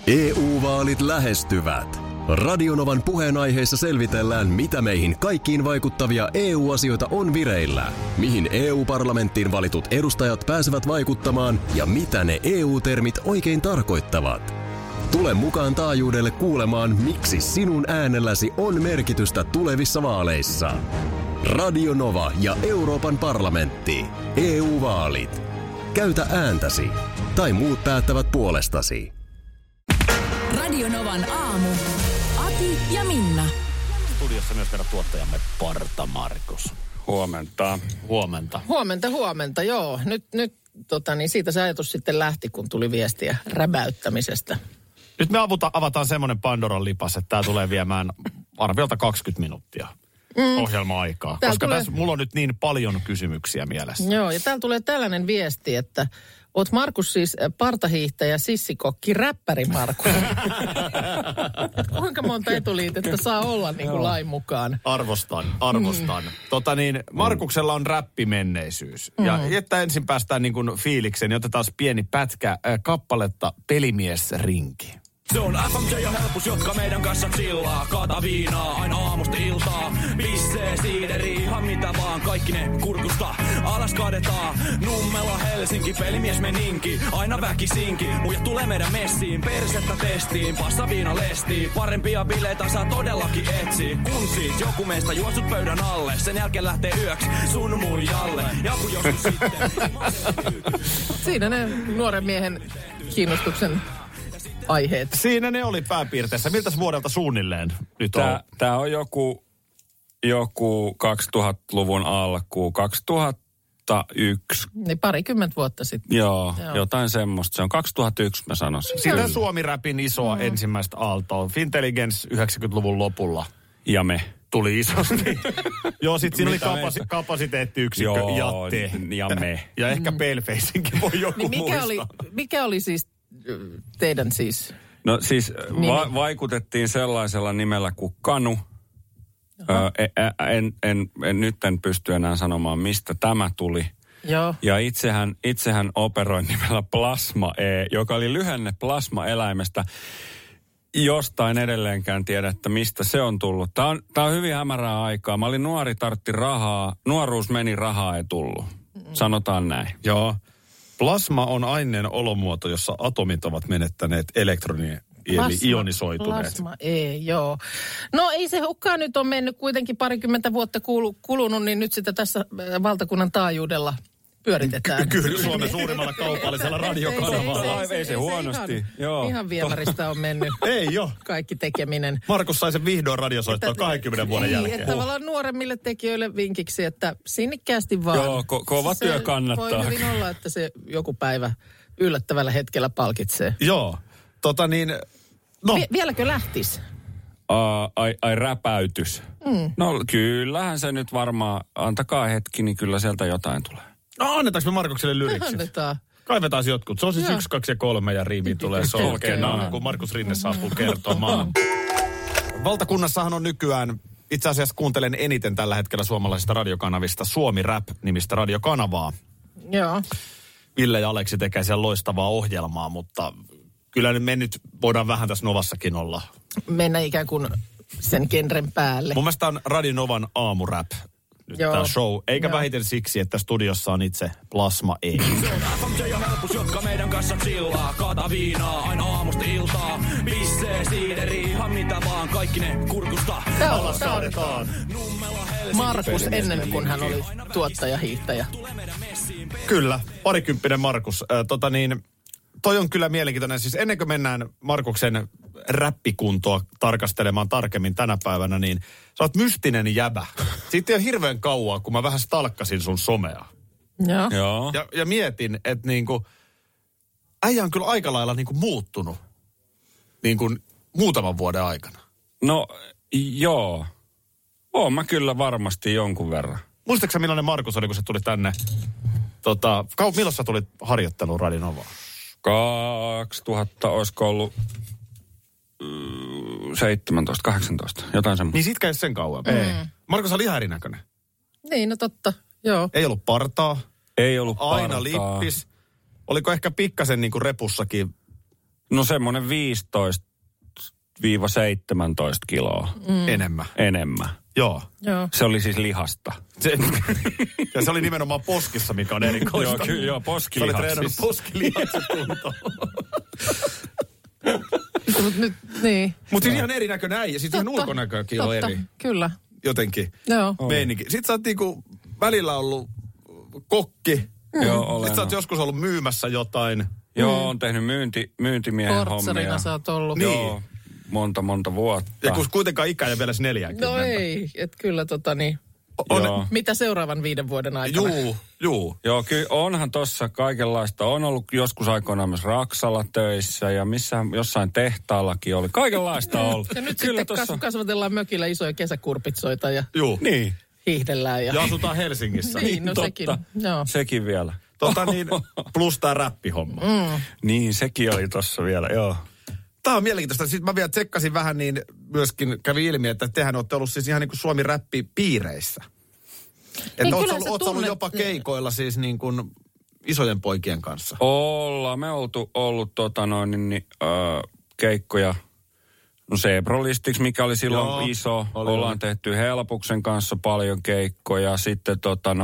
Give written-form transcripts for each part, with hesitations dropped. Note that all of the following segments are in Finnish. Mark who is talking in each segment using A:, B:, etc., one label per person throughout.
A: EU-vaalit lähestyvät. Radionovan puheenaiheessa selvitellään, mitä meihin kaikkiin vaikuttavia EU-asioita on vireillä, mihin EU-parlamenttiin valitut edustajat pääsevät vaikuttamaan ja mitä ne EU-termit oikein tarkoittavat. Tule mukaan taajuudelle kuulemaan, miksi sinun äänelläsi on merkitystä tulevissa vaaleissa. Radio Nova ja Euroopan parlamentti. EU-vaalit. Käytä ääntäsi. Tai muut päättävät puolestasi.
B: Radio Novan aamu. Ati ja Minna.
C: Studiossa myös meidän tuottajamme Parta Markus.
D: Huomenta.
C: Huomenta.
B: Joo, nyt siitä se ajatus sitten lähti, kun tuli viestiä räbäyttämisestä.
C: Nyt me avataan semmoinen Pandoran lipas, että tämä tulee viemään arviolta 20 minuuttia ohjelma-aikaa. Koska tässä mulla on nyt niin paljon kysymyksiä mielessä.
B: Joo, ja täällä tulee tällainen viesti, että oot Markus siis partahiihtäjä, sissikokki, räppäri Markus. Kuinka monta etuliitettä saa olla niin kuin lain mukaan?
C: Arvostan. Markuksella on räppimenneisyys. Ja että ensin päästään niin kuin fiilikseen, niin otetaan pieni pätkä kappaletta Pelimiesrinki.
E: Se on FMJ ja helpus, jotka meidän kanssa chillaa. Kaata viinaa aina aamusta iltaa. Pissee, siideri, ihan mitä vaan. Kaikki ne kurkusta alas kaadetaan. Nummela, Helsinki, pelimies meninki. Aina väkisinki, muijat tulee meidän messiin. Persettä testiin, passa viina lestiin. Parempia bileitä saa todellakin etsiä. Kun siis joku meistä juossut pöydän alle. Sen jälkeen lähtee yöksi sun muijalle. Ja kun joskus sitten...
B: Siinä ne nuoren miehen kiinnostuksen aiheet.
C: Siinä ne oli pääpiirteessä. Miltäs vuodelta suunnilleen nyt on?
D: Tämä on joku 2000-luvun alku, 2001.
B: Niin parikymmentä vuotta sitten.
D: Joo, jotain semmoista. Se on 2001, mä sanoisin.
C: Sitä Suomi-räpin isoa ensimmäistä aaltoa. Fintelligence 90-luvun lopulla.
D: Ja me.
C: Tuli isosti. Joo, sit siinä oli kapasiteettiyksikkö ja te.
D: Ja me.
C: Ja ehkä Palefacinkin voi joku
B: niin mikä oli siis teidän siis?
D: No siis vaikutettiin sellaisella nimellä kuin Kanu. Nyt en pysty enää sanomaan, mistä tämä tuli.
B: Joo.
D: Ja itsehän operoin nimellä Plasma E, joka oli lyhenne plasmaeläimestä. Jostain edelleenkään tiedä, että mistä se on tullut. Tämä on hyvin hämärää aikaa. Mä olin nuori, tartti rahaa. Nuoruus meni, rahaa ei tullut. Sanotaan näin.
C: Joo. Plasma on aineen olomuoto, jossa atomit ovat menettäneet elektronia, eli ionisoituneet.
B: Plasma ei, joo. No ei se hukkaan nyt on mennyt kuitenkin parikymmentä vuotta kulunut, niin nyt sitä tässä valtakunnan taajuudella pyöritetään.
C: Kyllä Suomen suurimmalla kaupallisella radiokanavalla.
D: Ei se huonosti.
B: Ihan viemäristä on mennyt.
C: Ei jo.
B: Kaikki tekeminen.
C: Markus sai sen vihdoin radiosoittoa 20 vuoden jälkeen.
B: Että tavallaan nuoremmille tekijöille vinkiksi, että sinnikkäästi vaan.
D: Joo, kova työ kannattaa.
B: Voi hyvin olla, että se joku päivä yllättävällä hetkellä palkitsee.
C: Joo, no.
B: Vieläkö lähtis?
D: Ai räpäytys. No kyllähän se nyt varmaan, antakaa hetki, niin kyllä sieltä jotain tulee.
C: No annetaanko me Markukselle lyriksit?
B: Annetaan.
C: Kaivetaan jotkut. Se on siis 1, 2 ja 3 ja riimi tulee solkeena, kun Markus Rinne saapuu kertomaan. Valtakunnassahan on nykyään, itse asiassa kuuntelen eniten tällä hetkellä suomalaisista radiokanavista Suomi Rap-nimistä radiokanavaa.
B: Joo.
C: Ville ja Aleksi tekee siellä loistavaa ohjelmaa, mutta kyllä me nyt voidaan vähän tässä Novassakin olla.
B: Mennä ikään kuin sen genren päälle.
C: Mun mielestä on Radio Novan aamurap. Nyt tämä show. Eikä vähiten siksi, että studiossa on itse Plasma E. Se on FMJ ja helpus, jotka meidän kanssa chillaa. Kaata viinaa aina aamusta iltaa. Pissee, siideri, ihan mitä vaan. Kaikki ne kurkusta alas kaadetaan.
B: Markus ennen kuin hän oli tuottaja-hiihtäjä.
C: Kyllä, parikymppinen Markus. Toi on kyllä mielenkiintoinen. Siis ennen kuin mennään Markuksen räppikuntoa tarkastelemaan tarkemmin tänä päivänä, niin sä oot mystinen jäbä. Siitä ei ole hirveän kauan, kun mä vähän stalkkasin sun somea.
B: Joo.
C: Ja mietin, että niinku, äijä on kyllä aika lailla niinku muuttunut niinku muutaman vuoden aikana.
D: No, joo. Oon mä kyllä varmasti jonkun verran.
C: Muistatko sä, millainen Markus oli, kun sä tulit tänne? Milloin sä tulit harjoitteluun Radio Novaan?
D: 2000 olisiko ollut 17, 18, jotain semmoista.
C: Niin sitkään sen kauan. Ei. Markus oli ihan erinäköinen.
B: Niin, no totta, joo.
C: Ei ollut partaa.
D: Ei ollut partaa.
C: Aina lippis. Oliko ehkä pikkasen niinku repussakin
D: No semmoinen 15-17 kiloa. Enemmän.
C: Joo.
D: Se oli siis lihasta.
C: Ja se oli nimenomaan poskissa, mikä on erikoista.
D: Joo, poskilihaksis.
C: Se oli treenannut poskilihakset kuntoon.
B: Mutta nyt, niin.
C: Mutta siis ihan erinäköinen äijä. Siis ihan ulkonäköäkin on eri.
B: Kyllä.
C: Jotenkin.
B: Joo.
C: Meininki. Sitten sä oot niinku välillä ollut kokki.
D: Joo, olen.
C: Sitten sä oot joskus ollut myymässä jotain.
D: Joo, on tehnyt myyntimiehen hommia.
B: Portsarina sä oot ollut.
C: Niin.
D: Joo, monta vuotta.
C: Ja kun kuitenkaan ikää ja vielä 40.
B: No ei, että kyllä
D: Joo.
B: Mitä seuraavan 5 vuoden aikana?
C: Juu.
D: Joo, kyllä onhan tossa kaikenlaista. On ollut joskus aikoinaan myös Raksalla töissä ja jossain tehtaallakin oli. Kaikenlaista on ollut.
B: Ja nyt
D: kyllä
B: sitten kasvatellaan mökillä isoja kesäkurpitsoita ja
D: Niin.
B: hiihdellään.
C: Ja asutaan Helsingissä.
B: Niin, no
D: Totta.
B: sekin. Joo.
D: Sekin vielä.
C: Plus tää räppihomma.
D: Niin, sekin oli tossa vielä, joo.
C: Tämä on mielenkiintoista. Sitten mä vielä tsekkasin vähän, niin myöskin kävi ilmi, että tehän olette ollut siis ihan niin kuin Suomi-räppi-piireissä. Että
B: Niin,
C: ootko ollut jopa keikoilla siis niin kuin isojen poikien kanssa?
D: Ollaan me ollut keikkoja. No Sebrolistiksi, mikä oli silloin iso. Ollaan tehty Helpuksen kanssa paljon keikkoja. Sitten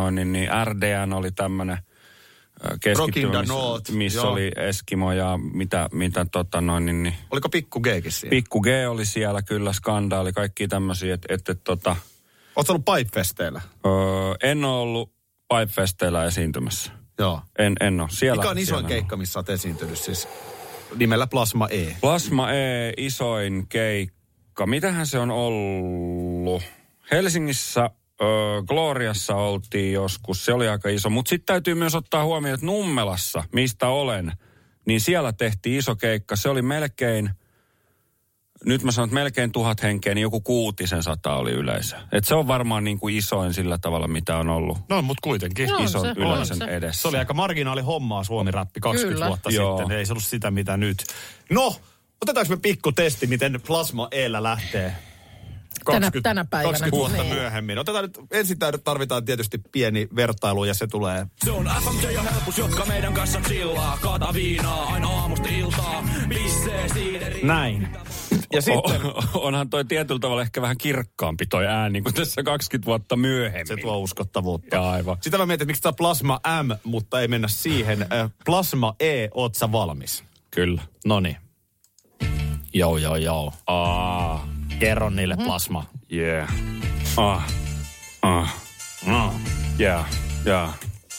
D: RDN oli tämmönen keskittymä, missä oli Eskimo ja mitä
C: Oliko Pikku Gkin siellä?
D: Pikku G oli siellä kyllä, Skandaali, kaikki tämmöisiä,
C: Ootko ollut Pipefesteillä?
D: En ole ollut Pipefesteillä esiintymässä.
C: Joo.
D: En ole. Siellä,
C: mikä on isoin keikka, missä olet esiintynyt siis? Nimellä Plasma E.
D: Plasma E, isoin keikka. Mitähän se on ollut? Helsingissä Gloriassa oltiin joskus, se oli aika iso. Mutta sitten täytyy myös ottaa huomioon, että Nummelassa, mistä olen, niin siellä tehtiin iso keikka. Se oli melkein, nyt mä sanon, että melkein 1000 henkeä, niin joku 600 oli yleisö. Et se on varmaan niin kuin isoin sillä tavalla, mitä on ollut.
C: No, mutta kuitenkin.
D: Ison yleisön edessä.
C: Se oli aika marginaali hommaa Suomi-räppi 20
B: Kyllä.
C: vuotta
D: Joo.
C: sitten. Ei se ollut sitä, mitä nyt. No, otetaanko me pikku testi, miten Plasma E:llä lähtee?
B: Tänä päivänä.
C: 20 vuotta
B: Niin.
C: myöhemmin. Otetaan nyt, ensin tarvitaan tietysti pieni vertailu ja se tulee.
E: Se on FMJ ja Helpus, jotka meidän kanssa chillaa. Kaata viinaa aina aamusta iltaa. Pissee siideri.
C: Näin. Ja sitten
D: Onhan toi tietyllä tavalla ehkä vähän kirkkaampi toi ääni kuin tässä 20 vuotta myöhemmin.
C: se tuo uskottavuutta.
D: Ja aivan.
C: Sitä mä mietin, että miksi tämä Plasma M, mutta ei mennä siihen. Plasma E, oot sä valmis?
D: Kyllä.
C: Noniin. Joo. Kerro niille Plasma.
D: Yeah. Yeah.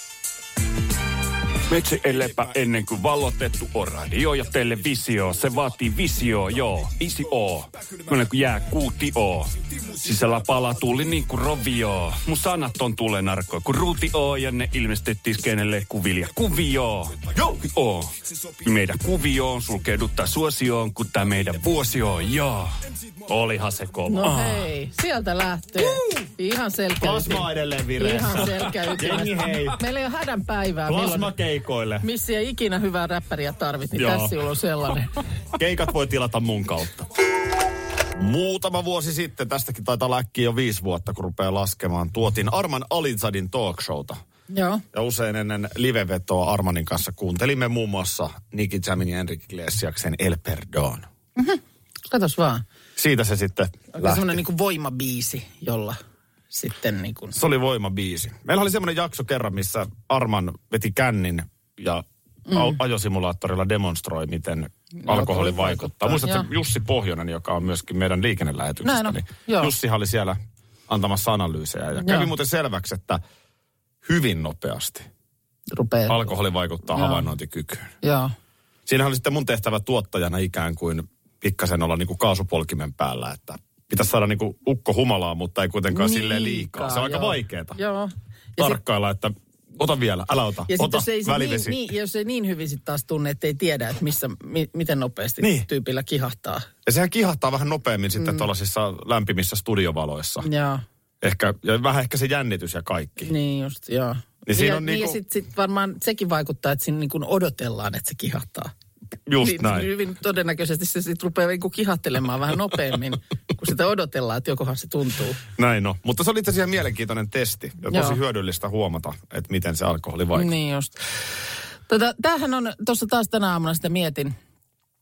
D: Metsä ei lepä ennen kuin vallotettu on radio ja televisio. Se vaatii visio, joo. Isi oo. Monen kuin jää kuuti oo. Sisällä pala tuli niin kuin rovio. Mun sanat on tulenarkoja kuin ruuti oo. Ja ne ilmestettiin skenelle kuvilja kuvio. Oo. Meidän kuvioon sulkeuduttaa suosioon, kun tää meidän vuosi on, joo.
C: Olihan se kova.
B: No hei, sieltä lähtee. Ihan selkeä.
C: Plasma edelleen vireessä.
B: Ihan selkeä
C: Jengi hei.
B: Meillä ei ole hädän päivää.
C: Plasma keikoille.
B: Missä ei ikinä hyvää räppäriä tarvitse, niin
C: Joo.
B: tässä sinulla on sellainen.
C: Keikat voi tilata mun kautta. Muutama vuosi sitten, tästäkin taitaa olla äkkiä jo 5 vuotta, kun rupeaa laskemaan, tuotiin Arman Alizadin talkshowta.
B: Joo.
C: Ja usein ennen livevetoa Armanin kanssa kuuntelimme muun muassa Nicky Jamin ja Enrique Iglesiaksen El Perdón.
B: Katos vaan.
C: Siitä se sitten lähti.
B: Semmoinen niin kuin voimabiisi, jolla sitten niin kuin...
C: Se oli voimabiisi. Meillä oli semmoinen jakso kerran, missä Arman veti kännin ja ajosimulaattorilla demonstroi, miten alkoholi vaikuttaa. Muistatko Jussi Pohjonen, joka on myöskin meidän liikennelähetyksestä?
B: Näin on,
C: niin
B: joo.
C: Jussihan oli siellä antamassa analyysejä ja kävi muuten selväksi, että hyvin nopeasti
B: Rupeaa.
C: alkoholi vaikuttaa havainnointikykyyn.
B: Joo.
C: Siinähän oli sitten mun tehtävä tuottajana ikään kuin pikkasen olla niin kuin kaasupolkimen päällä, että pitäisi saada niin kuin ukko humalaa, mutta ei kuitenkaan silleen liikaa. Se on aika vaikeeta.
B: Joo.
C: Tarkkailla, että ota vielä, älä ota,
B: Ja
C: ota,
B: jos ei
C: välivesi.
B: jos ei niin hyvin sitten taas tunne, että ei tiedä, että miten nopeasti tyypillä kihahtaa.
C: Ja sehän kihahtaa vähän nopeammin sitten tuollaisissa lämpimissä studiovaloissa.
B: Joo.
C: Ja vähän ehkä se jännitys ja kaikki.
B: Niin just, joo.
C: Niin siinä
B: ja,
C: on
B: niin
C: niinku...
B: ja sit varmaan sekin vaikuttaa, että siinä niin kuin odotellaan, että se kihahtaa.
C: Just
B: niin,
C: näin.
B: Hyvin todennäköisesti se sitten rupeaa niin kuin kihahtelemaan vähän nopeammin, kun sitä odotellaan, että jokohan se tuntuu.
C: Näin on. Mutta se oli itse asiassa mielenkiintoinen testi. Ja tosi hyödyllistä huomata, että miten se alkoholi vaikuttaa.
B: Niin just. Tämähän on, tuossa taas tänä aamuna sitä mietin,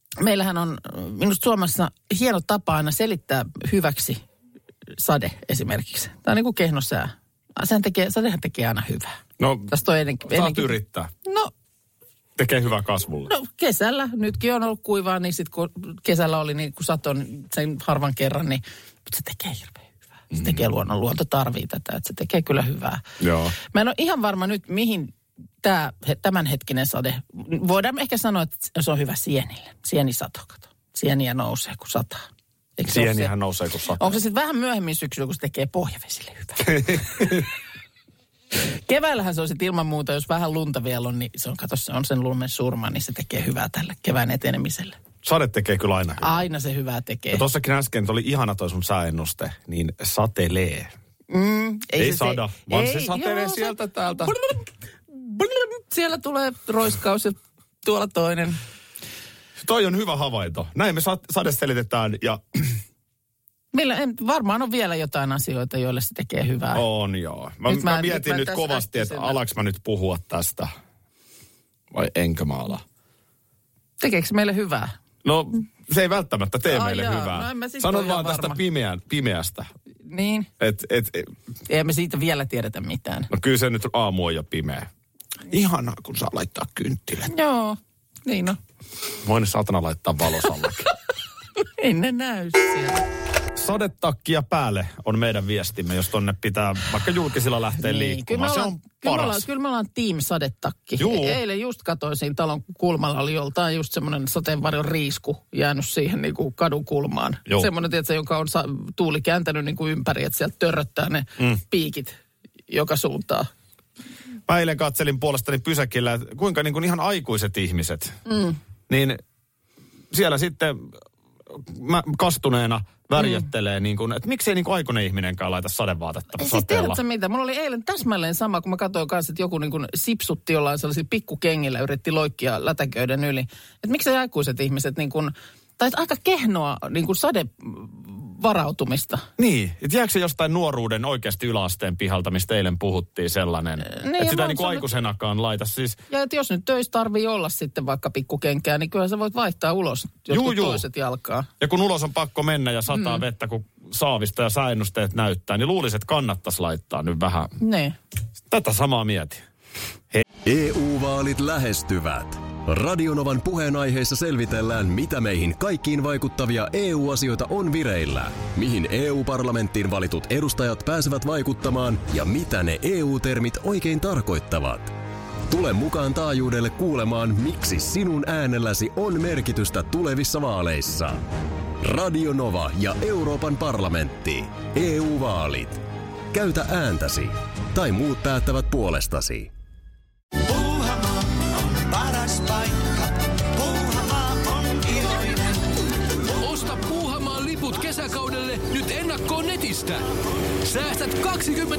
B: meillähän on minusta Suomessa hieno tapa aina selittää hyväksi sade esimerkiksi. Tämä on niin kuin kehnosää. Sadehan tekee aina hyvää.
C: No,
B: saat
C: yrittää.
B: No.
C: Tekee hyvää kasvulle.
B: No kesällä, nytkin on ollut kuivaa, niin sitten kun kesällä oli niin kun saton sen harvan kerran, niin se tekee hirveän hyvää. Se tekee luonto tarvii tätä, että se tekee kyllä hyvää.
C: Joo.
B: Mä en ole ihan varma nyt, mihin tämänhetkinen sade, voidaan ehkä sanoa, että se on hyvä sienille. Sienisato, kato. Sieniä nousee, kun sataa.
C: Sienihän nousee, kun sataa.
B: Onko se sitten vähän myöhemmin syksyllä, kun se tekee pohjavesille hyvää? Keväällähän se on sitten ilman muuta, jos vähän lunta vielä on, niin se on sen lumen surma, niin se tekee hyvää tälle kevään etenemiselle.
C: Sade tekee kyllä aina hyvää.
B: Aina se hyvää tekee.
C: Ja tossakin äsken oli ihana toi sun sääennuste, niin satelee. Ei sada, vaan se satelee sieltä täältä.
B: Siellä tulee roiskaus ja tuolla toinen.
C: Toi on hyvä havainto. Näin me sade selitetään ja...
B: Varmaan on vielä jotain asioita, joille se tekee hyvää.
C: On joo. Mä mietin nyt kovasti, että alaks mä nyt puhua tästä. Vai enkö mä ala?
B: Tekeekö se meille hyvää?
C: No se ei välttämättä tee meille hyvää.
B: No,
C: sanon vaan tästä pimeästä.
B: Niin. Ei me siitä vielä tiedetä mitään.
C: No kyllä se nyt aamu on jo pimeä. Ihanaa, kun saa laittaa kynttilät.
B: Joo, niin on.
C: Voin saatana laittaa valosallakin.
B: Ei ne näy siellä.
C: Sadetakkia päälle on meidän viestimme, jos tonne pitää vaikka julkisilla lähteä liikkumaan. Se on paras. Kyllä me ollaan team sadetakki. Eilen just katsoin siinä talon kulmalla oli joltain just semmoinen sateenvarjon riisku jäänyt siihen niin kuin kadun kulmaan. Joo. Semmoinen, tietysti, joka on tuuli kääntänyt niin kuin ympäri, että sieltä törröttää ne piikit joka suuntaan. Mä eilen katselin puolestani pysäkillä, että kuinka niin kuin ihan aikuiset ihmiset, niin siellä sitten mä kastuneena värjöttelee, niin kuin, että miksei niin kuin aikuinen ihminenkään laita sadevaatetta sateella.
B: Siis tiedätkö mitä? Mulla oli eilen täsmälleen sama, kun mä katsoin kanssa, että joku niin kuin sipsutti jollain sellaisilla pikkukengillä, yritti loikkia lätäköiden yli. Että miksei aikuiset ihmiset niin kuin, tai aika kehnoa niin kuin sadevarautumista.
C: Niin, että jääkö se jostain nuoruuden oikeasti yläasteen pihalta, mistä eilen puhuttiin sellainen, että sitä niin kuin aikuisenakaan laita siis. Ja
B: että jos nyt töissä tarvii olla sitten vaikka pikkukenkää, niin kyllä sä voit vaihtaa ulos jotkut toiset jalkaa.
C: Ja kun ulos on pakko mennä ja sataa vettä, kun saavista ja sääennusteet näyttää, niin luulisin, että kannattaisi laittaa nyt vähän.
B: Ne.
C: Tätä samaa mietin.
A: EU-vaalit lähestyvät. Radionovan puheenaiheessa selvitellään, mitä meihin kaikkiin vaikuttavia EU-asioita on vireillä, mihin EU-parlamenttiin valitut edustajat pääsevät vaikuttamaan ja mitä ne EU-termit oikein tarkoittavat. Tule mukaan taajuudelle kuulemaan, miksi sinun äänelläsi on merkitystä tulevissa vaaleissa. Radio Nova ja Euroopan parlamentti. EU-vaalit. Käytä ääntäsi. Tai muut päättävät puolestasi.
F: Puuhamaa on paras paikka. Puuhamaa on iloinen.
G: Osta Puuhamaan liput kesäkaudelle nyt ennakkoon netistä. Säästät 20%.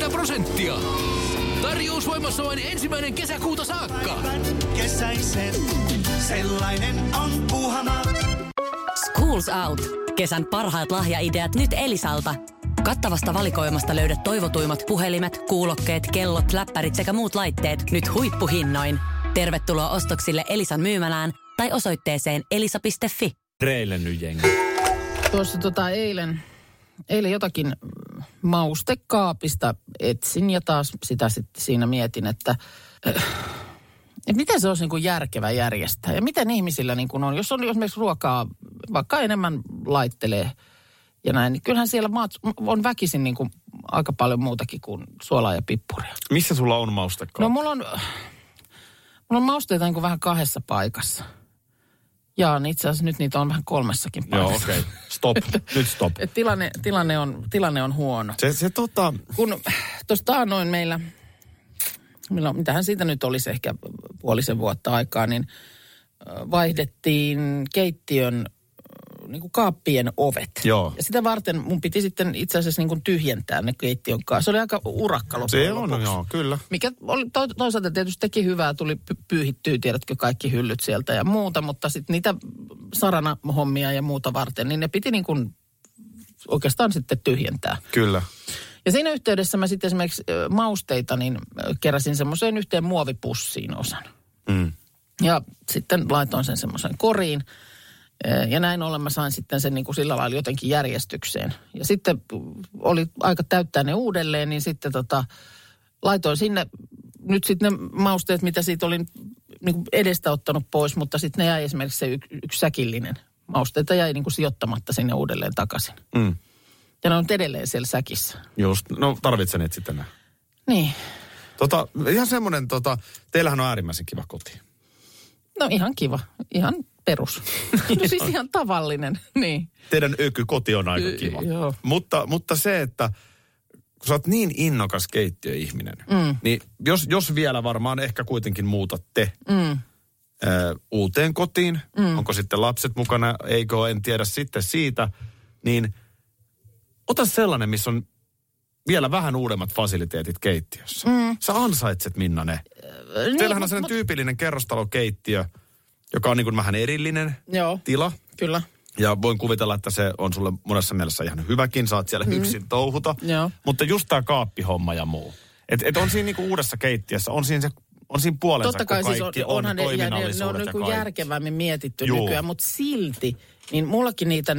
G: Tarjous voimassa vain 1. kesäkuuta saakka.
F: Kesäisen, sellainen on Puuhamaa.
H: Schools Out. Kesän parhaat lahjaideat nyt Elisalta. Kattavasta valikoimasta löydät toivotuimmat puhelimet, kuulokkeet, kellot, läppärit sekä muut laitteet nyt huippuhinnoin. Tervetuloa ostoksille Elisan myymälään tai osoitteeseen elisa.fi.
C: Reilen nyt jengi.
B: Tuossa eilen jotakin maustekaapista etsin ja taas sitä sitten siinä mietin, että miten se olisi niin kuin järkevä järjestää ja miten ihmisillä niin kuin on, jos esimerkiksi ruokaa vaikka enemmän laittelee ja näin, niin kyllähän siellä on väkisin niin kuin aika paljon muutakin kuin suolaa ja pippuria.
C: Missä sulla on maustekaappi?
B: No mulla on mausteita niin kuin vähän 2 paikassa. Jaa, niin itse asiassa nyt niitä on vähän 3 paikassa.
C: Joo, okei. Okay. Stop. Nyt stop.
B: Tilanne on huono. Kun tuossa taannoin meillä, mitähän siitä nyt olisi ehkä puolisen vuotta aikaa, niin vaihdettiin keittiön niin kuin kaappien ovet.
C: Joo.
B: Ja sitä varten mun piti sitten itse asiassa niin kuin tyhjentää ne keittiön kanssa. Se oli aika urakka loppujen lopuksi.
C: Se on, joo, kyllä.
B: Mikä oli toisaalta tietysti teki hyvää, tuli pyyhittyä, tiedätkö, kaikki hyllyt sieltä ja muuta, mutta sitten niitä sarana-hommia ja muuta varten, niin ne piti niin kuin oikeastaan sitten tyhjentää.
C: Kyllä.
B: Ja siinä yhteydessä mä sitten esimerkiksi mausteita, niin keräsin semmoiseen yhteen muovipussiin osan. Ja sitten laitoin sen semmoiseen koriin. Ja näin ollen mä sain sitten sen niin kuin sillä lailla jotenkin järjestykseen. Ja sitten oli aika täyttää ne uudelleen, niin sitten laitoin sinne nyt sitten ne mausteet, mitä siitä olin niin kuin edestä ottanut pois, mutta sitten ne jäi esimerkiksi se yksi säkillinen. Mausteita jäi niin kuin sijoittamatta sinne uudelleen takaisin. Mm. Ja ne on edelleen siellä säkissä.
C: Just, no tarvitsen niitä sitten.
B: Niin.
C: Ihan semmoinen, teillähän on äärimmäisen kiva koti.
B: No ihan kiva, ihan perus. No siis ihan tavallinen, niin.
C: Teidän ökykoti on aika kiva.
B: Joo.
C: Mutta se, että kun sä oot niin innokas keittiöihminen, niin jos vielä varmaan ehkä kuitenkin muutatte uuteen kotiin, onko sitten lapset mukana, eikö en tiedä sitten siitä, niin ota sellainen, missä on vielä vähän uudemmat fasiliteetit keittiössä. Sä ansaitset, Minna, ne. Teillähän on sellainen tyypillinen kerrostalokeittiö, joka on niin kuin vähän erillinen tila.
B: Kyllä.
C: Ja voin kuvitella, että se on sulle monessa mielessä ihan hyväkin. Saat siellä yksin touhuta.
B: Joo.
C: Mutta just tää kaappihomma ja muu. Et on siinä niinku uudessa keittiössä, on siinä puolensa,
B: totta kai
C: kun kaikki
B: siis
C: on
B: ne
C: toiminnallisuudet
B: on
C: ja
B: niinku
C: kaikki.
B: järkevämmin mietitty nykyään, mutta silti, niin mullakin niitä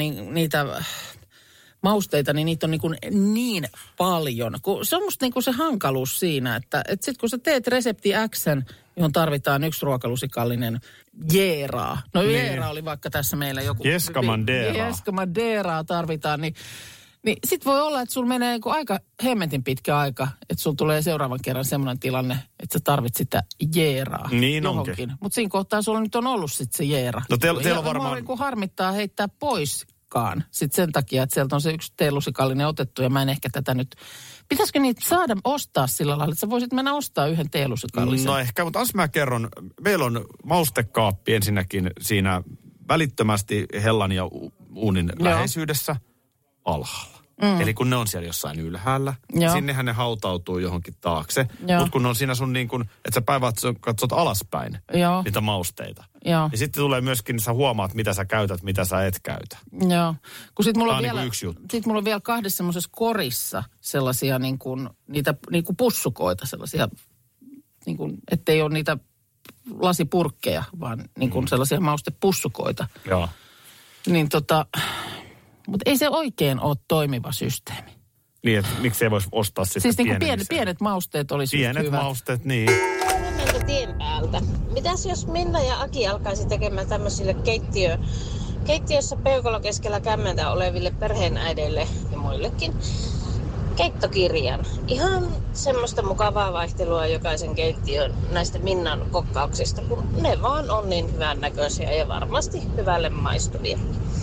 B: mausteita, niin niitä on niin paljon. Se on musta se hankaluus siinä, että sit kun sä teet resepti X:n, johon tarvitaan 1 ruokalusikallinen jeeraa. No jeeraa oli vaikka tässä meillä joku.
C: Jeska-Maderaa
B: tarvitaan, niin sit voi olla, että sulla menee aika hemmetin pitkä aika, että sulla tulee seuraavan kerran semmoinen tilanne, että sä tarvit sitä jeeraa
C: niin
B: johonkin. Mutta siinä kohtaa sulla nyt on ollut sit se jeera.
C: No teillä on varmaan...
B: Mua harmittaa heittää poiskaan sit sen takia, että sieltä on se 1 teelusikallinen otettu ja mä en ehkä tätä nyt... Pitäisikö niitä saada ostaa sillä lailla, että sä voisit mennä ostaa 1 teelusikallisen?
C: No ehkä, mutta mä kerron. Meillä on maustekaappi ensinnäkin siinä välittömästi hellan ja uunin läheisyydessä alhaalla. Eli kun ne on siellä jossain ylhäällä, sinnehän ne hautautuu johonkin taakse. Mutta kun ne on siinä sun niin kuin, että sä päivät katsot alaspäin niitä mausteita. Ja sitten tulee myöskin, sä huomaat, mitä sä käytät, mitä sä et käytä.
B: Joo. Kun sit mulla on
C: vielä,
B: niin
C: yksi juttu.
B: Sit mulla on vielä 2 semmoisessa korissa sellaisia niin kuin, niitä niin kuin pussukoita, sellaisia, niin kuin, ettei ole niitä lasipurkkeja, vaan niin kuin sellaisia maustepussukoita.
C: Joo.
B: Niin mutta ei se oikein ole toimiva systeemi.
C: Niin, että miksi ei voisi ostaa sitten
B: siis niin kuin pienet mausteet olisi
C: pienet
B: hyvät.
C: Mausteet, niin.
I: Mennäänkö tien päältä? Mitäs jos Minna ja Aki alkaisi tekemään tämmöisille keittiössä peukalo keskellä kämmentä oleville perheenäideille ja muillekin keittokirjan? Ihan semmoista mukavaa vaihtelua jokaisen keittiön näistä Minnan kokkauksista, kun ne vaan on niin hyvän näköisiä ja varmasti hyvälle maistuvia.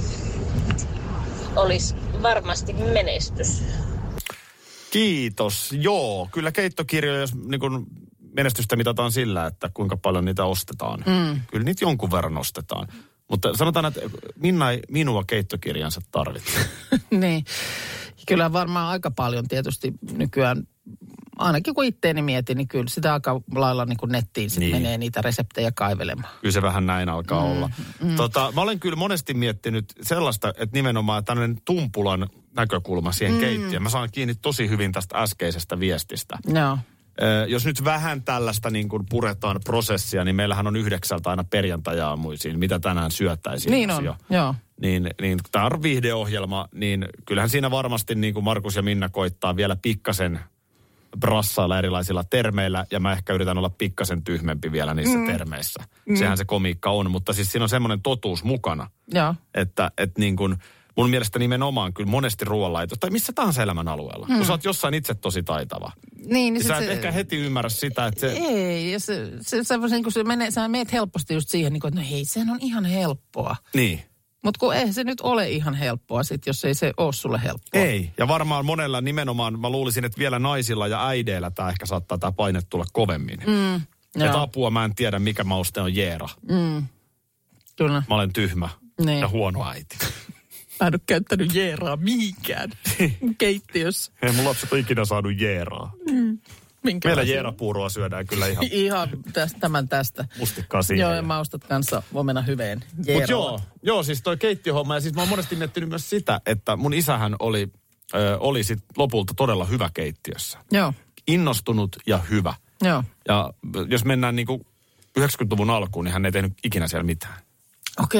I: Olisi varmasti menestys.
C: Kiitos. Joo, kyllä keittokirjoja, jos niin kun menestystä mitataan sillä, että kuinka paljon niitä ostetaan. Kyllä niitä jonkun verran ostetaan. Mutta sanotaan, että Minna ei minua keittokirjansa tarvitse.
B: Niin. Kyllä varmaan aika paljon tietysti nykyään, ainakin kun itteeni mietin, niin kyllä sitä aika lailla niin kuin nettiin sit menee niitä reseptejä kaivelemaan.
C: Kyllä se vähän näin alkaa olla. Mä olen kyllä monesti miettinyt sellaista, että nimenomaan tämmöinen tumpulan näkökulma siihen keittiöön. Mä saan kiinni tosi hyvin tästä äskeisestä viestistä.
B: Joo.
C: Jos nyt vähän tällaista niin kuin puretaan prosessia, niin meillähän on 9 aina perjantai-aamuisiin, mitä tänään syöttäisiin.
B: Niin on, joo.
C: Niin tämä on viihdeohjelma, niin kyllähän siinä varmasti niin kuin Markus ja Minna koittaa vielä pikkasen brassailla erilaisilla termeillä, ja mä ehkä yritän olla pikkasen tyhmempi vielä niissä termeissä. Sehän se komiikka on, mutta siis siinä on semmoinen totuus mukana, että niin kuin mun mielestä nimenomaan kyllä monesti ruoanlaitossa, tai missä tahansa elämän alueella, kun sä oot jossain itse tosi taitava.
B: Niin
C: sä et ehkä heti ymmärrä sitä, että se...
B: Ei, ja sä menet helposti just siihen, niin kuin, että no hei, sehän on ihan helppoa.
C: Niin.
B: Mutta kun eihän se nyt ole ihan helppoa sit, jos ei se ole sulle helppoa.
C: Ei, ja varmaan monella nimenomaan, mä luulisin, että vielä naisilla ja äideillä tämä ehkä saattaa tämä paine tulla kovemmin. Että apua, mä en tiedä, mikä mauste on jeera.
B: Kyllä.
C: Mä olen tyhmä ja huono äiti.
B: Mä en ole käyttänyt jeeraa mihinkään keittiössä.
C: Ei mun lapset ole ikinä saanut jeeraa. Meillä jeerapuuroa syödään kyllä ihan...
B: Ihan tästä.
C: Mustikkaa siihen.
B: Joo, ja maustat kanssa omena hyveen jeerolla.
C: Mutta joo, siis toi keittiöhomma, ja siis mä oon monesti miettinyt myös sitä, että mun isähän oli sit lopulta todella hyvä keittiössä.
B: Joo.
C: Innostunut ja hyvä.
B: Joo.
C: Ja jos mennään niinku 90-luvun alkuun, niin hän ei tehnyt ikinä siellä mitään.
B: Okei.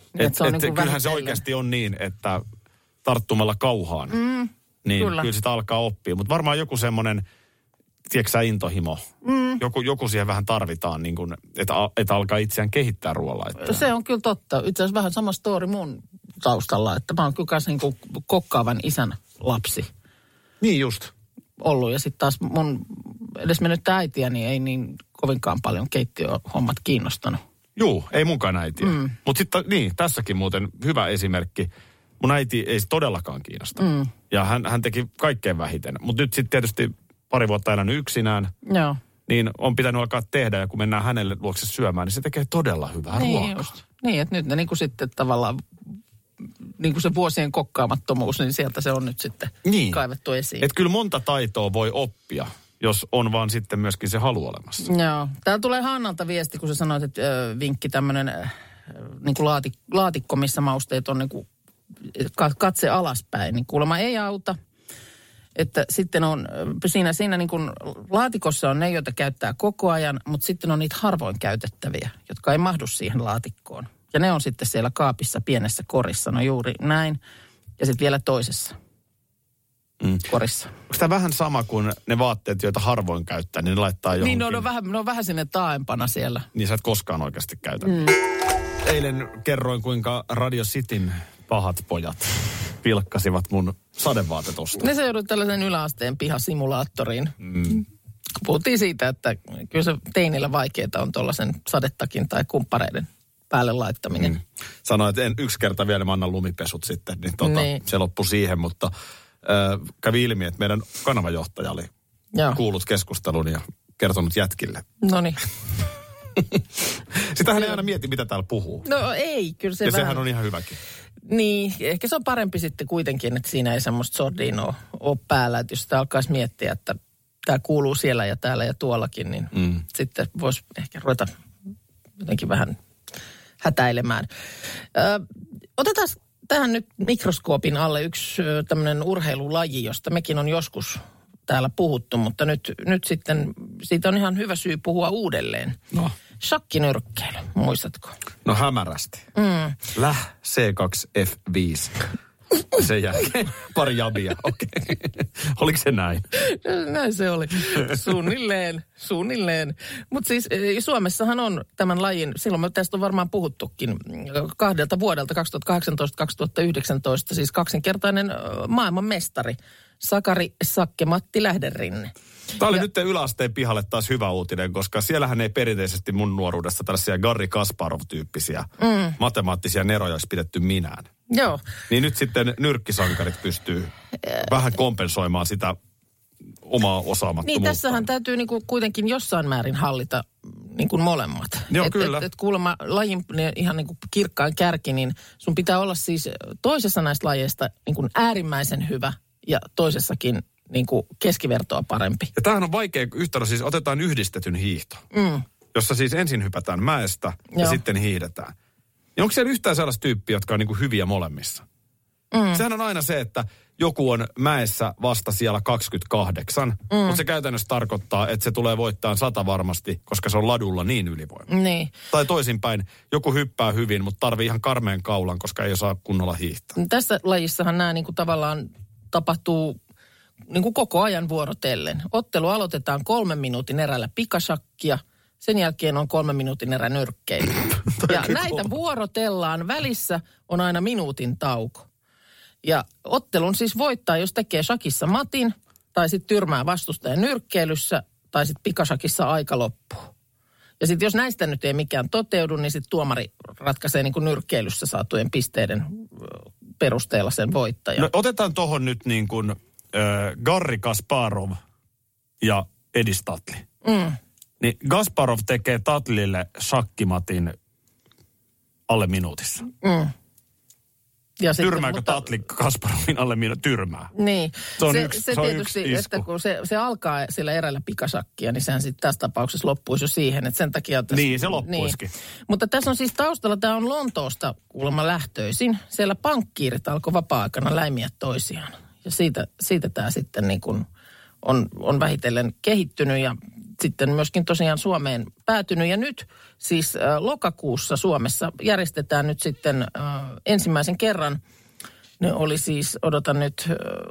C: Kyllähän se oikeasti on niin, että tarttumalla kauhaan, niin kyllä sitä alkaa oppia. Mutta varmaan joku semmoinen, tiedätkö sä, intohimo. Joku siihen vähän tarvitaan, niin kun, että alkaa itseään kehittää ruoanlaittoa.
B: Se on kyllä totta. Itse asiassa vähän sama story mun taustalla, että mä oon kyllä kanssa niin kokkaavan isän lapsi.
C: Niin just.
B: Ollut. Ja sitten taas mun edesmennyttä äitiäni ei niin kovinkaan paljon keittiöhommat kiinnostanut.
C: Juu, ei munkaan äitiä. Mutta sitten niin, tässäkin muuten hyvä esimerkki. Mun äiti ei todellakaan kiinnosta. Ja hän teki kaikkein vähiten. Mutta nyt sitten tietysti pari vuotta elänyt yksinään.
B: Joo.
C: Niin on pitänyt alkaa tehdä, ja kun mennään hänelle luokse syömään, niin se tekee todella hyvää ruokaa.
B: Just. Niin, että nyt ne niinku sitten tavallaan, niinku se vuosien kokkaamattomuus, niin sieltä se on nyt sitten kaivettu esiin.
C: Että kyllä monta taitoa voi oppia, jos on vaan sitten myöskin se halu olemassa.
B: Joo. Täällä tulee Hannalta viesti, kun sä sanoit, että vinkki tämmöinen niinku laatikko, missä mausteet on niinku katse alaspäin, niin kuulemma ei auta. Että sitten on, siinä niin kuin laatikossa on ne, joita käyttää koko ajan, mutta sitten on niitä harvoin käytettäviä, jotka ei mahdu siihen laatikkoon. Ja ne on sitten siellä kaapissa pienessä korissa, no juuri näin. Ja sitten vielä toisessa korissa.
C: Onko tämä vähän sama kuin ne vaatteet, joita harvoin käyttää, niin ne laittaa johonkin?
B: Niin, ne on vähän sinne taaempana siellä.
C: Niin sä et koskaan oikeasti käytä. Eilen kerroin, kuinka Radio Cityn pahat pojat pilkkasivat mun sadevaatetosta.
B: Ne se joudut tällaisen yläasteen pihasimulaattoriin. Puhuttiin siitä, että kyllä se teinillä vaikeaa on tuollaisen sadetakin tai kumppareiden päälle laittaminen.
C: Sanoin, että yksi kerta vielä mä annan lumipesut sitten, niin se loppui siihen, mutta kävi ilmi, että meidän kanavajohtaja oli kuullut keskustelun ja kertonut jätkille.
B: Noniin.
C: Sitähän ei aina mieti, mitä täällä puhuu.
B: No ei, kyllä se
C: ja
B: vähän.
C: Sehän on ihan hyväkin.
B: Niin, ehkä se on parempi sitten kuitenkin, että siinä ei semmoista sordiin ole päällä. Että jos sitä alkaisi miettiä, että tämä kuuluu siellä ja täällä ja tuollakin, niin sitten voisi ehkä ruveta jotenkin vähän hätäilemään. Otetaan tähän nyt mikroskoopin alle yksi tämmöinen urheilulaji, josta mekin on joskus täällä puhuttu, mutta nyt sitten siitä on ihan hyvä syy puhua uudelleen.
C: No.
B: Shakkinyrkkeily, muistatko?
C: No hämärästi. C2F5. Sen jälkeen pari jabia. Okei. Oliko se näin?
B: Näin se oli. Suunnilleen. Mutta siis Suomessahan on tämän lajin, silloin me tästä on varmaan puhuttukin, 2 vuodelta 2018-2019, siis kaksinkertainen maailmanmestari. Sakari Sakke-Matti Lähderinne.
C: Tämä oli nyt yläasteen pihalle taas hyvä uutinen, koska siellähän ei perinteisesti mun nuoruudessa tällaisia Garri Kasparov-tyyppisiä matemaattisia neroja olisi pidetty minään.
B: Joo.
C: Niin nyt sitten nyrkkisankarit pystyy vähän kompensoimaan sitä omaa osaamattomuutta.
B: Niin, tässähän täytyy niinku kuitenkin jossain määrin hallita niinku molemmat.
C: Joo, kyllä.
B: Et kuulemma lajin ihan niinku kirkkain kärki, niin sun pitää olla siis toisessa näistä lajeista niinku äärimmäisen hyvä ja toisessakin niinku keskivertoa parempi.
C: Ja tämähän on vaikea yhtälö, siis otetaan yhdistetyn hiihto, jossa siis ensin hypätään mäestä ja sitten hiihdetään. Ja onko siellä yhtään sellaista tyyppiä, jotka on niinku hyviä molemmissa? Sehän on aina se, että joku on mäessä vasta siellä 28, mutta se käytännössä tarkoittaa, että se tulee voittamaan 100 varmasti, koska se on ladulla niin ylivoimainen.
B: Niin.
C: Tai toisinpäin, joku hyppää hyvin, mutta tarvii ihan karmeen kaulan, koska ei osaa kunnolla hiihtää.
B: Tässä lajissahan nämä niinku tavallaan tapahtuu niinku koko ajan vuorotellen. Ottelu aloitetaan 3 minuutin erällä pikashakkia. Sen jälkeen on 3 minuutin erä nyrkkeily. Ja näitä vuorotellaan. Välissä on aina minuutin tauko. Ja ottelun siis voittaa, jos tekee shakissa matin, tai sitten tyrmää vastustajan nyrkkeilyssä, tai sitten pikashakissa aika loppuu. Ja sitten jos näistä nyt ei mikään toteudu, niin sitten tuomari ratkaisee niin kuin nyrkkeilyssä saatujen pisteiden perusteella sen voittajan.
C: No otetaan tohon nyt niin kuin Garri Kasparov ja Edi Statli. Niin Kasparov tekee Tatlille shakkimatin alle minuutissa. Ja tyrmääkö Tatli Kasparovin alle minuutin? Tyrmää.
B: Niin.
C: Se on
B: tietysti,
C: yksi
B: että kun se alkaa sillä erällä pikashakkia, niin sehän sitten tässä tapauksessa loppuisi jo siihen, että sen takia...
C: Niin, se loppuisikin.
B: Niin. Mutta tässä on siis taustalla, tämä on Lontoosta kuulemma lähtöisin. Siellä pankkiirit alkoi vapaa-aikana läimiä toisiaan. Ja siitä tämä sitten niin kuin on vähitellen kehittynyt ja sitten myöskin tosiaan Suomeen päätynyt. Ja nyt siis lokakuussa Suomessa järjestetään nyt sitten ensimmäisen kerran, ne oli siis, odotan nyt,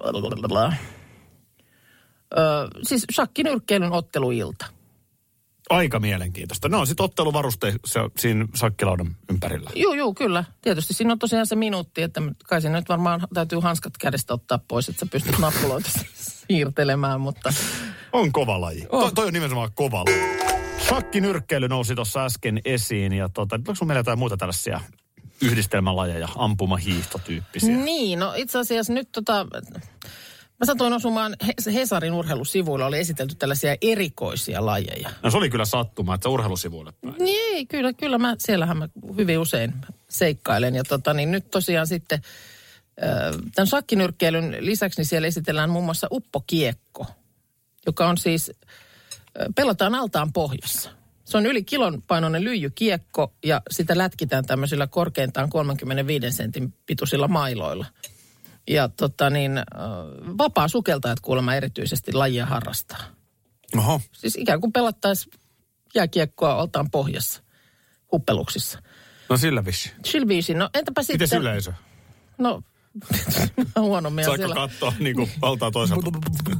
B: siis shakkinyrkkeilyn otteluilta.
C: Aika mielenkiintoista. No sitten otteluvarusteissa siinä shakkilaudan ympärillä.
B: Joo, kyllä. Tietysti siinä on tosiaan se minuutti, että kai siinä nyt varmaan täytyy hanskat kädestä ottaa pois, että sä pystyt nappuloita siirtelemään, mutta...
C: On kova laji. Toi on nimenomaan kova laji. Shakkinyrkkeily nousi tuossa äsken esiin ja onko sun meillä jotain muuta tällaisia yhdistelmälajeja, ampumahiihtotyyppisiä?
B: Niin, no itse asiassa nyt mä satuin osumaan Hesarin urheilusivuilla, oli esitelty tällaisia erikoisia lajeja.
C: No se oli kyllä sattuma, että urheilusivuille päin.
B: Niin, kyllä. Siellähän mä hyvin usein seikkailen. Ja niin nyt tosiaan sitten tämän shakkinyrkkeilyn lisäksi niin siellä esitellään muun muassa uppokiekko, joka on siis, pelataan altaan pohjassa. Se on yli kilon painoinen lyijykiekko ja sitä lätkitään tämmöisillä korkeintaan 35 sentin pituisilla mailoilla. Ja vapaa sukeltajat kuulemma erityisesti lajia harrastaa.
C: Oho.
B: Siis ikään kuin pelattaisiin jääkiekkoa altaan pohjassa, huppeluksissa.
C: No sillä viisi.
B: No entäpä sitten...
C: Mites yleisö?
B: No, huonommin
C: saiko
B: siellä.
C: Saiko katsoa niin kuin altaan toisaalta?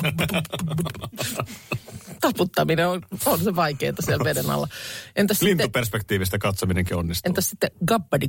B: Taputtaminen on se vaikeaa siellä veden alla. Entäs
C: lintuperspektiivistä katsominenkin onnistuu.
B: Entäs sitten gabbadi?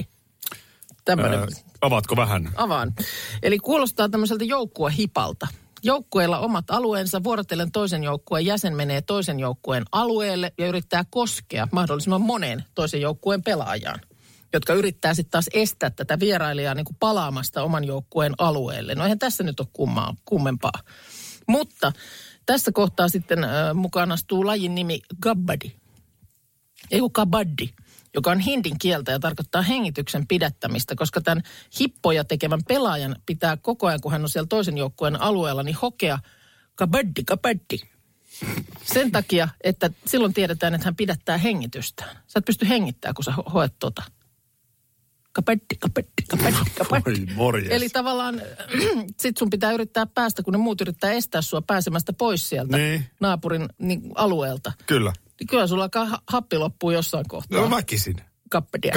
C: Avaatko vähän?
B: Avaan. Eli kuulostaa tämmöiseltä joukkuehipalta. Joukkueilla omat alueensa, vuorotellen toisen joukkueen jäsen menee toisen joukkueen alueelle ja yrittää koskea mahdollisimman moneen toisen joukkueen pelaajaan, jotka yrittää sitten taas estää tätä vierailijaa niin kuin palaamasta oman joukkueen alueelle. No eihän tässä nyt ole kummempaa. Mutta tässä kohtaa sitten mukaan astuu lajin nimi gabbadi. Kabaddi, joka on hindin kieltä ja tarkoittaa hengityksen pidättämistä, koska tämän hippoja tekevän pelaajan pitää koko ajan, kun hän on siellä toisen joukkueen alueella, niin hokea kabaddi. Sen takia, että silloin tiedetään, että hän pidättää hengitystään. Sä et pysty hengittämään, kun sä hoet tota. Kabaddi.
C: Oi, morjes.
B: Eli tavallaan sit sun pitää yrittää päästä, kun ne muut yrittää estää sua pääsemästä pois sieltä naapurin alueelta.
C: Kyllä.
B: Kyllä sulla happi loppuu jossain kohtaa.
C: No väkisin.
B: Kappadi.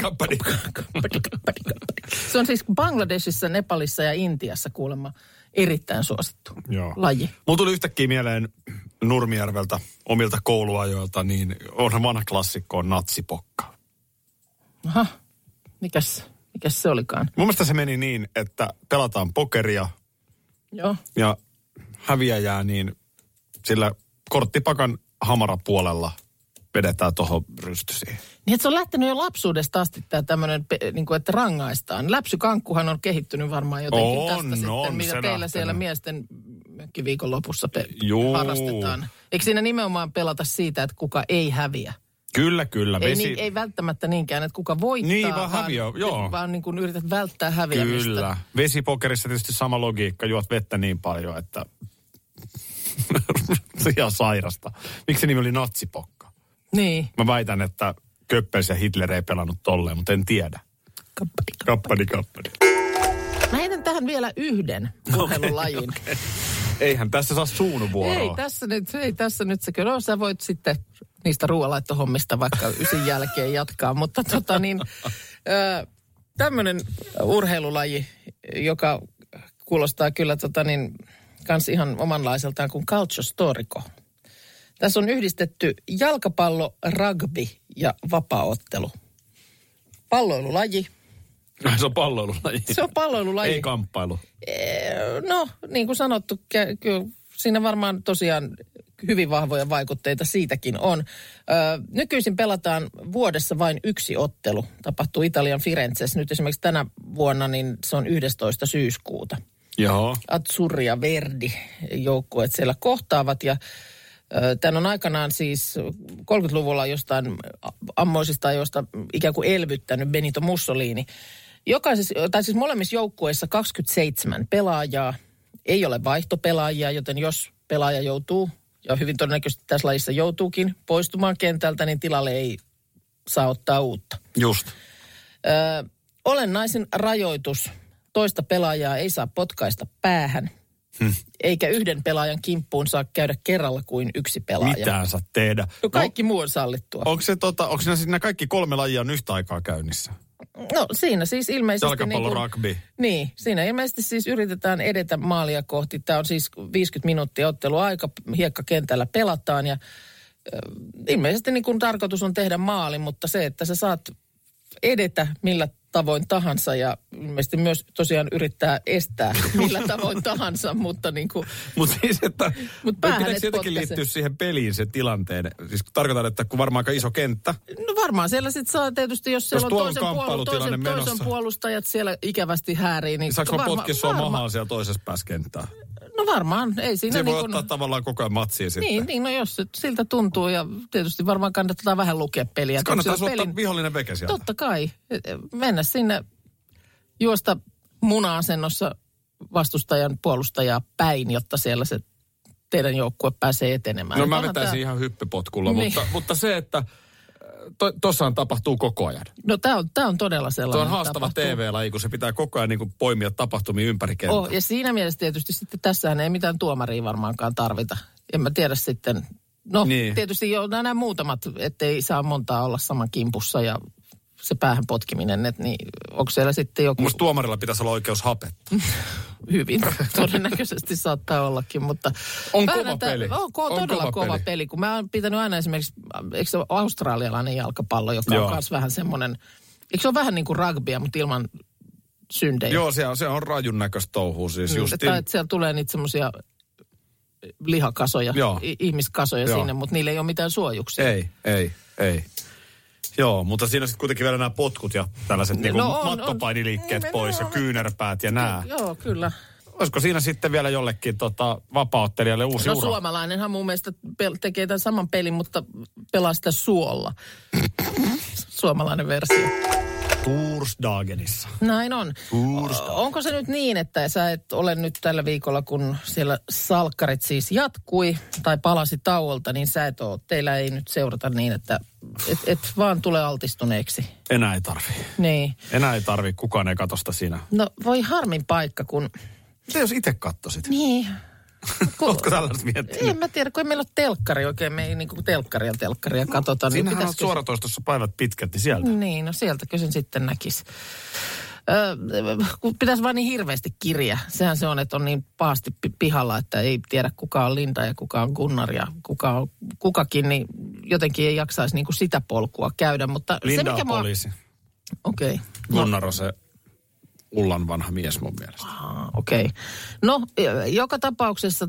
B: Se on siis Bangladesissa, Nepalissa ja Intiassa kuulemma erittäin suosittu laji.
C: Mulla tuli yhtäkkiä mieleen Nurmijärveltä omilta kouluajoilta, niin onhan vanha klassikko on natsipokka.
B: Aha, mikäs se olikaan?
C: Mun mielestä se meni niin, että pelataan pokeria.
B: Joo.
C: Ja häviäjää niin sillä korttipakan hamarapuolella vedetään tuohon rystysiin.
B: Niin, että se on lähtenyt jo lapsuudesta asti tämä tämmöinen, niin kuin, että rangaistaan. Läpsykankkuhan on kehittynyt varmaan jotenkin tästä sitten, mitä teillä siellä miesten viikonlopussa harrastetaan. Eikö siinä nimenomaan pelata siitä, että kuka ei häviä?
C: Kyllä.
B: Ei välttämättä niinkään, että kuka voittaa,
C: niin, vaan häviö, joo.
B: Vaan niin kuin yrität välttää häviämistä.
C: Kyllä. Vesipokerissa tietysti sama logiikka, juot vettä niin paljon, että se ihan sairasta. Miksi se nimi oli natsipokka?
B: Niin.
C: Mä väitän, että Goebbels ja Hitler ei pelannut tolleen, mutta en tiedä. Kappadi.
B: Mä heitän tähän vielä yhden urheilulajin.
C: Okay. Eihän tässä saa suunuvuoroa.
B: Ei tässä nyt se kyllä. No, sä voit sitten niistä ruoanlaittohommista vaikka 9 jälkeen jatkaa. Mutta tämmöinen urheilulaji, joka kuulostaa kyllä kans ihan omanlaiseltaan kuin calciostorico. Tässä on yhdistetty jalkapallo, rugby ja vapaaottelu. Palloilulaji.
C: Se on palloilulaji.
B: Se on palloilulaji.
C: Ei kamppailu.
B: No, niin kuin sanottu, kyllä siinä varmaan tosiaan hyvin vahvoja vaikutteita siitäkin on. Nykyisin pelataan vuodessa vain 1 ottelu. Tapahtuu Italian Firenzessä. Nyt esimerkiksi tänä vuonna niin se on 11. syyskuuta.
C: Joo.
B: Azzurri ja Verdi joukkueet siellä kohtaavat ja tämän on aikanaan siis 30-luvulla jostain ammoisista ajoista ikään kuin elvyttänyt Benito Mussolini. Siis molemmissa joukkueissa 27 pelaajaa, ei ole vaihtopelaajia, joten jos pelaaja joutuu, ja hyvin todennäköisesti tässä lajissa joutuukin poistumaan kentältä, niin tilalle ei saa ottaa uutta.
C: Just.
B: Olennaisin rajoitus, toista pelaajaa ei saa potkaista päähän. Eikä yhden pelaajan kimppuun saa käydä kerralla kuin yksi pelaaja.
C: Mitään saa tehdä.
B: No kaikki muu on sallittua.
C: Onko nämä kaikki 3 lajia on yhtä aikaa käynnissä?
B: No siinä siis ilmeisesti...
C: Jalkapallo, rugby.
B: Niin, siinä ilmeisesti siis yritetään edetä maalia kohti. Tämä on siis 50 minuuttia otteluaika, hiekkakentällä pelataan ja ilmeisesti niin kuin tarkoitus on tehdä maali, mutta se, että sä saat edetä millä tavoin tahansa ja ilmeisesti myös tosiaan yrittää estää millä tavoin tahansa, mutta niin kuin...
C: Mutta siis, että pitäisi jotenkin liittyä siihen peliin se tilanteen? Siis tarkoitan, että kun varmaan aika iso kenttä.
B: No varmaan siellä sitten saa tietysti, jos siellä on toisen puolustajat siellä ikävästi häärii. Niin
C: saanko mä potkia sua mahaan siellä toisessa päässä kenttää?
B: No varmaan, ei siinä
C: se voi ottaa tavallaan koko ajan matsia sitten.
B: Niin, no jos se siltä tuntuu ja tietysti varmaan kannattaa vähän lukea peliä.
C: Se kannattaa ottaa vihollinen veke sieltä.
B: Totta kai. Mennä sinne juosta muna-asennossa vastustajan puolustajaa päin, jotta siellä se teidän joukkue pääsee etenemään.
C: No mä vetäisin ihan hyppypotkulla, niin. mutta se, että tossahan tapahtuu koko ajan.
B: No tää on todella sellainen.
C: Tuo on haastava TV-laji, kun se pitää koko ajan niin kuin poimia tapahtumia ympäri kenttää.
B: Ja siinä mielessä tietysti sitten tässähän ei mitään tuomaria varmaankaan tarvita. En mä tiedä sitten. No niin. Tietysti nämä muutamat, ettei saa montaa olla saman kimpussa ja se päähän potkiminen, että niin onko siellä sitten joku...
C: Musta tuomarilla pitäisi olla oikeus hapettaa.
B: Hyvin, todennäköisesti saattaa ollakin, mutta...
C: On kova peli.
B: On todella kova peli, kun mä oon pitänyt aina esimerkiksi, eikö se ole australialainen jalkapallo, joka on myös vähän semmoinen, eikö se ole vähän niin kuin rugbya, mutta ilman syndejä?
C: Joo, se on rajun näköistä touhua siis justiin.
B: Että siellä tulee niitä semmoisia lihakasoja, ihmiskasoja sinne, mutta niillä ei ole mitään suojuksia.
C: Ei. Joo, mutta siinä on sitten kuitenkin vielä nämä potkut ja tällaiset mattopainiliikkeet pois ja kyynärpäät ja nää.
B: Joo, kyllä.
C: Olisiko siinä sitten vielä jollekin vapaaottelijalle uusi ura?
B: Suomalainenhan mun mielestä tekee tämän saman pelin, mutta pelaa sitä suolla. Suomalainen versio.
C: Torsdagenissa.
B: Näin on. Onko se nyt niin, että sä et ole nyt tällä viikolla, kun siellä salkkarit siis jatkui tai palasi tauolta, niin sä et ole. Teillä ei nyt seurata niin, että et vaan tule altistuneeksi.
C: Enää ei tarvii.
B: Niin.
C: Enää ei tarvii, kukaan ei katso sitä siinä.
B: No voi harmin paikka, kun...
C: Mitä jos itse katsoisit?
B: Niin.
C: Ootko tällaista miettinyt?
B: En mä tiedä, kun ei meillä ole telkkari oikein. Me ei niinku telkkaria katsotaan.
C: Siinähän niin on suoratoistossa päivät pitkät, niin sieltä.
B: Niin, no sieltäkö sen sitten näkisi. Kun pitäisi vaan niin hirveästi kirja. Sehän se on, että on niin pahasti pihalla, että ei tiedä kuka on Linda ja kuka on Gunnar ja kuka on kukakin, niin jotenkin ei jaksaisi niinku sitä polkua käydä. Mutta
C: Linda on poliisi.
B: Okei.
C: Gunnar on se Ullan vanha mies mun mielestä.
B: Okei. No, joka tapauksessa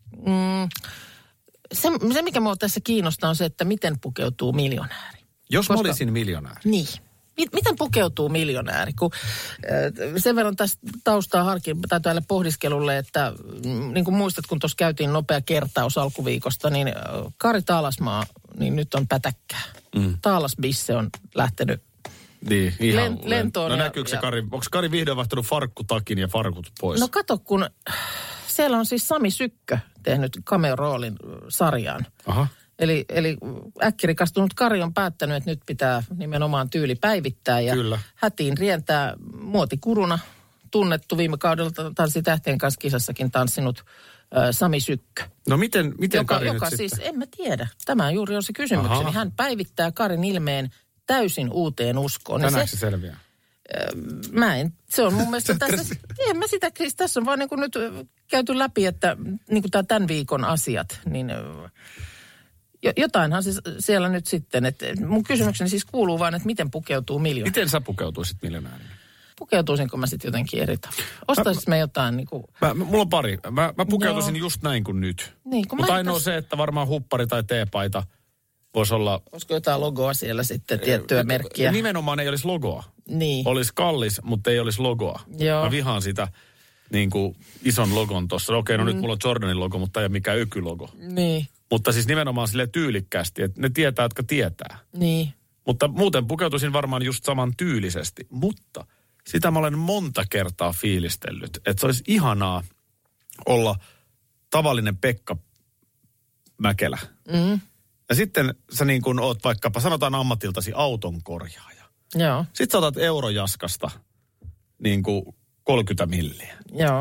B: se mikä mua tässä kiinnostaa on se, että miten pukeutuu miljonääri.
C: Jos mä olisin miljonääri.
B: Niin. Miten pukeutuu miljonääri? Kun sen verran tästä taustaa tai täällä pohdiskelulle, että niin kuin muistat, kun tuossa käytiin nopea kertaus alkuviikosta, niin Kari Taalasmaa, niin nyt on pätäkkää. Taalasbisse on lähtenyt
C: niin, ihan
B: lentoon.
C: No näkyykö se Kari, onko Kari vihdoin vaihtanut farkkutakin ja farkut pois?
B: No kato, kun siellä on siis Sami Sykkö tehnyt cameo-roolin sarjaan.
C: Aha.
B: Eli äkkirikastunut Kari on päättänyt, että nyt pitää nimenomaan tyyli päivittää ja
C: kyllä.
B: Hätiin rientää muotikuruna. Tunnettu viime kaudella Tanssi tähtien kanssa kisassakin tanssinut Sami Sykkö.
C: No miten Kari
B: joka
C: nyt
B: siis,
C: sitten?
B: en mä tiedä. Tämä juuri on se kysymykseni. Aha. Hän päivittää Karin ilmeen täysin uuteen uskoon.
C: Tänään se selviää?
B: Se on mun mielestä tässä, en mä sitä, siis tässä on vaan niin kuin nyt käyty läpi, että niin kuin tämän viikon asiat, niin jotainhan se siellä nyt sitten, että mun kysymykseni siis kuuluu vaan, että miten pukeutuu miljonääri.
C: Miten sä pukeutuisit miljonäärinä?
B: Pukeutuisinko mä sitten jotenkin eri tavalla? Ostaisit mä jotain niin kuin...
C: Mulla on pari. Mä pukeutuisin just näin kuin nyt.
B: Niin,
C: mutta ainoa se, että varmaan huppari tai teepaita voisi olla...
B: Olisiko jotain logoa siellä sitten, tiettyä merkkiä?
C: Nimenomaan ei olisi logoa.
B: Niin.
C: Olisi kallis, mutta ei olisi logoa.
B: Joo.
C: Mä vihaan sitä niin kuin ison logon tuossa. Okei, no nyt mulla on Jordanin logo, mutta ei ole mikään ökylogo.
B: Niin.
C: Mutta siis nimenomaan silleen tyylikkäästi, että ne tietää, jotka tietää.
B: Niin.
C: Mutta muuten pukeutuisin varmaan just saman tyylisesti. Mutta sitä mä olen monta kertaa fiilistellyt, että se olisi ihanaa olla tavallinen Pekka Mäkelä.
B: Mm.
C: Ja sitten sä niin kuin oot vaikkapa, sanotaan ammatiltasi auton korjaaja.
B: Joo.
C: Sitten sä otat Eurojaskasta niin kuin 30 milliä.
B: Joo.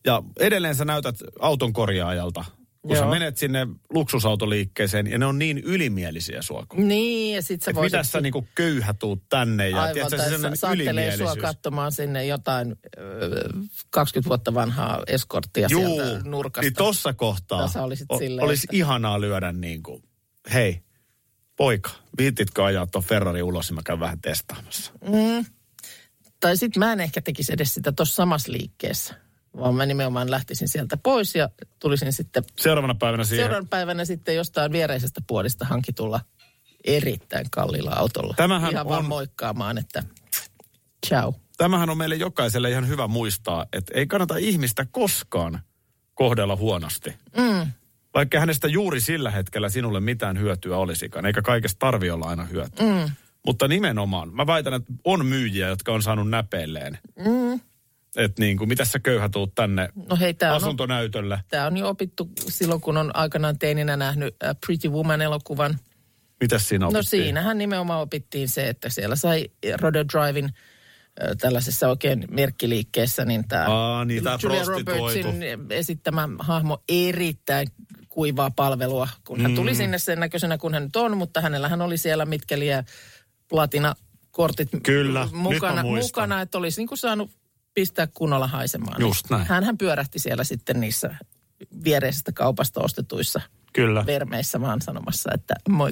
C: Ja edelleen sä näytät auton korjaajalta, kun sä menet sinne luksusautoliikkeeseen ja ne on niin ylimielisiä sua.
B: Niin, ja sit sä voisit...
C: Mitä sä niinku köyhä tuut tänne ja
B: aivan, tai saattelee sua katsomaan sinne jotain 20 vuotta vanhaa eskorttia sieltä nurkasta.
C: Niin tossa kohtaa olisi ihanaa lyödä niinku, hei, poika, viititkö ajaa tuon Ferrari ulos ja mä käyn vähän testaamassa.
B: Tai sit mä en ehkä tekisi edes sitä tuossa samassa liikkeessä. Vaan mä nimenomaan lähtisin sieltä pois ja tulisin sitten...
C: Seuraavana päivänä
B: sitten jostain viereisestä puolista hankitulla erittäin kalliilla autolla.
C: Tämähän
B: ihan vaan moikkaamaan, että ciao.
C: Tämähän on meille jokaiselle ihan hyvä muistaa, että ei kannata ihmistä koskaan kohdella huonosti. Vaikka hänestä juuri sillä hetkellä sinulle mitään hyötyä olisikaan, eikä kaikesta tarvitse olla aina hyötyä. Mutta nimenomaan, mä väitän, että on myyjiä, jotka on saanut näpeilleen. Että niin kuin, mitä sä köyhä tuut tänne asuntonäytölle?
B: Tämä on jo opittu silloin, kun on aikanaan teininä nähnyt Pretty Woman-elokuvan.
C: Mitäs siinä opittiin?
B: No siinähän nimenomaan opittiin se, että siellä sai Rodeo Driven tällaisessa oikein merkkiliikkeessä, niin tämä Julia Robertsin esittämä hahmo erittäin kuivaa palvelua, kun hän tuli sinne sen näköisenä, kun hän nyt on, mutta hänellähän oli siellä mitkeliä platinakortit mukana, että olisi niin kuin saanut pistää kunnolla haisemaan.
C: Just näin.
B: Hänhän pyörähti siellä sitten niissä viereisestä kaupasta ostetuissa vermeissä vaan sanomassa, että moi.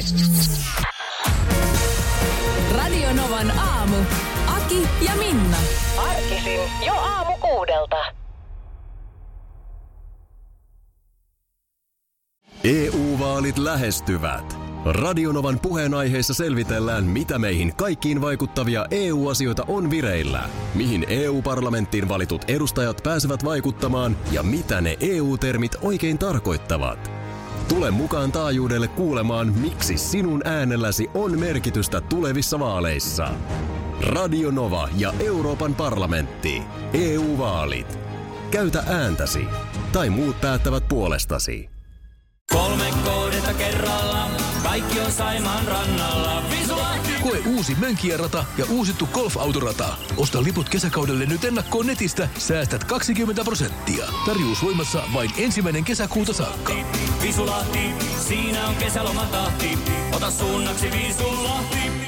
H: Radio Novan aamu. Aki ja Minna. Arkisin jo 6:00.
A: EU-vaalit lähestyvät. Radionovan puheenaiheessa selvitellään, mitä meihin kaikkiin vaikuttavia EU-asioita on vireillä, mihin EU-parlamenttiin valitut edustajat pääsevät vaikuttamaan ja mitä ne EU-termit oikein tarkoittavat. Tule mukaan taajuudelle kuulemaan, miksi sinun äänelläsi on merkitystä tulevissa vaaleissa. Radio Nova ja Euroopan parlamentti. EU-vaalit. Käytä ääntäsi. Tai muut päättävät puolestasi.
E: 3 kohdetta kerralla. Kaikki on Saimaan rannalla. Visulahti!
G: Koe uusi Mönkijärata ja uusittu golfautorata. Osta liput kesäkaudelle nyt ennakkoon netistä. Säästät 20%. Tarjous voimassa vain 1. kesäkuuta saakka.
E: Visulahti, siinä on kesälomatahti. Ota suunnaksi Visulahti.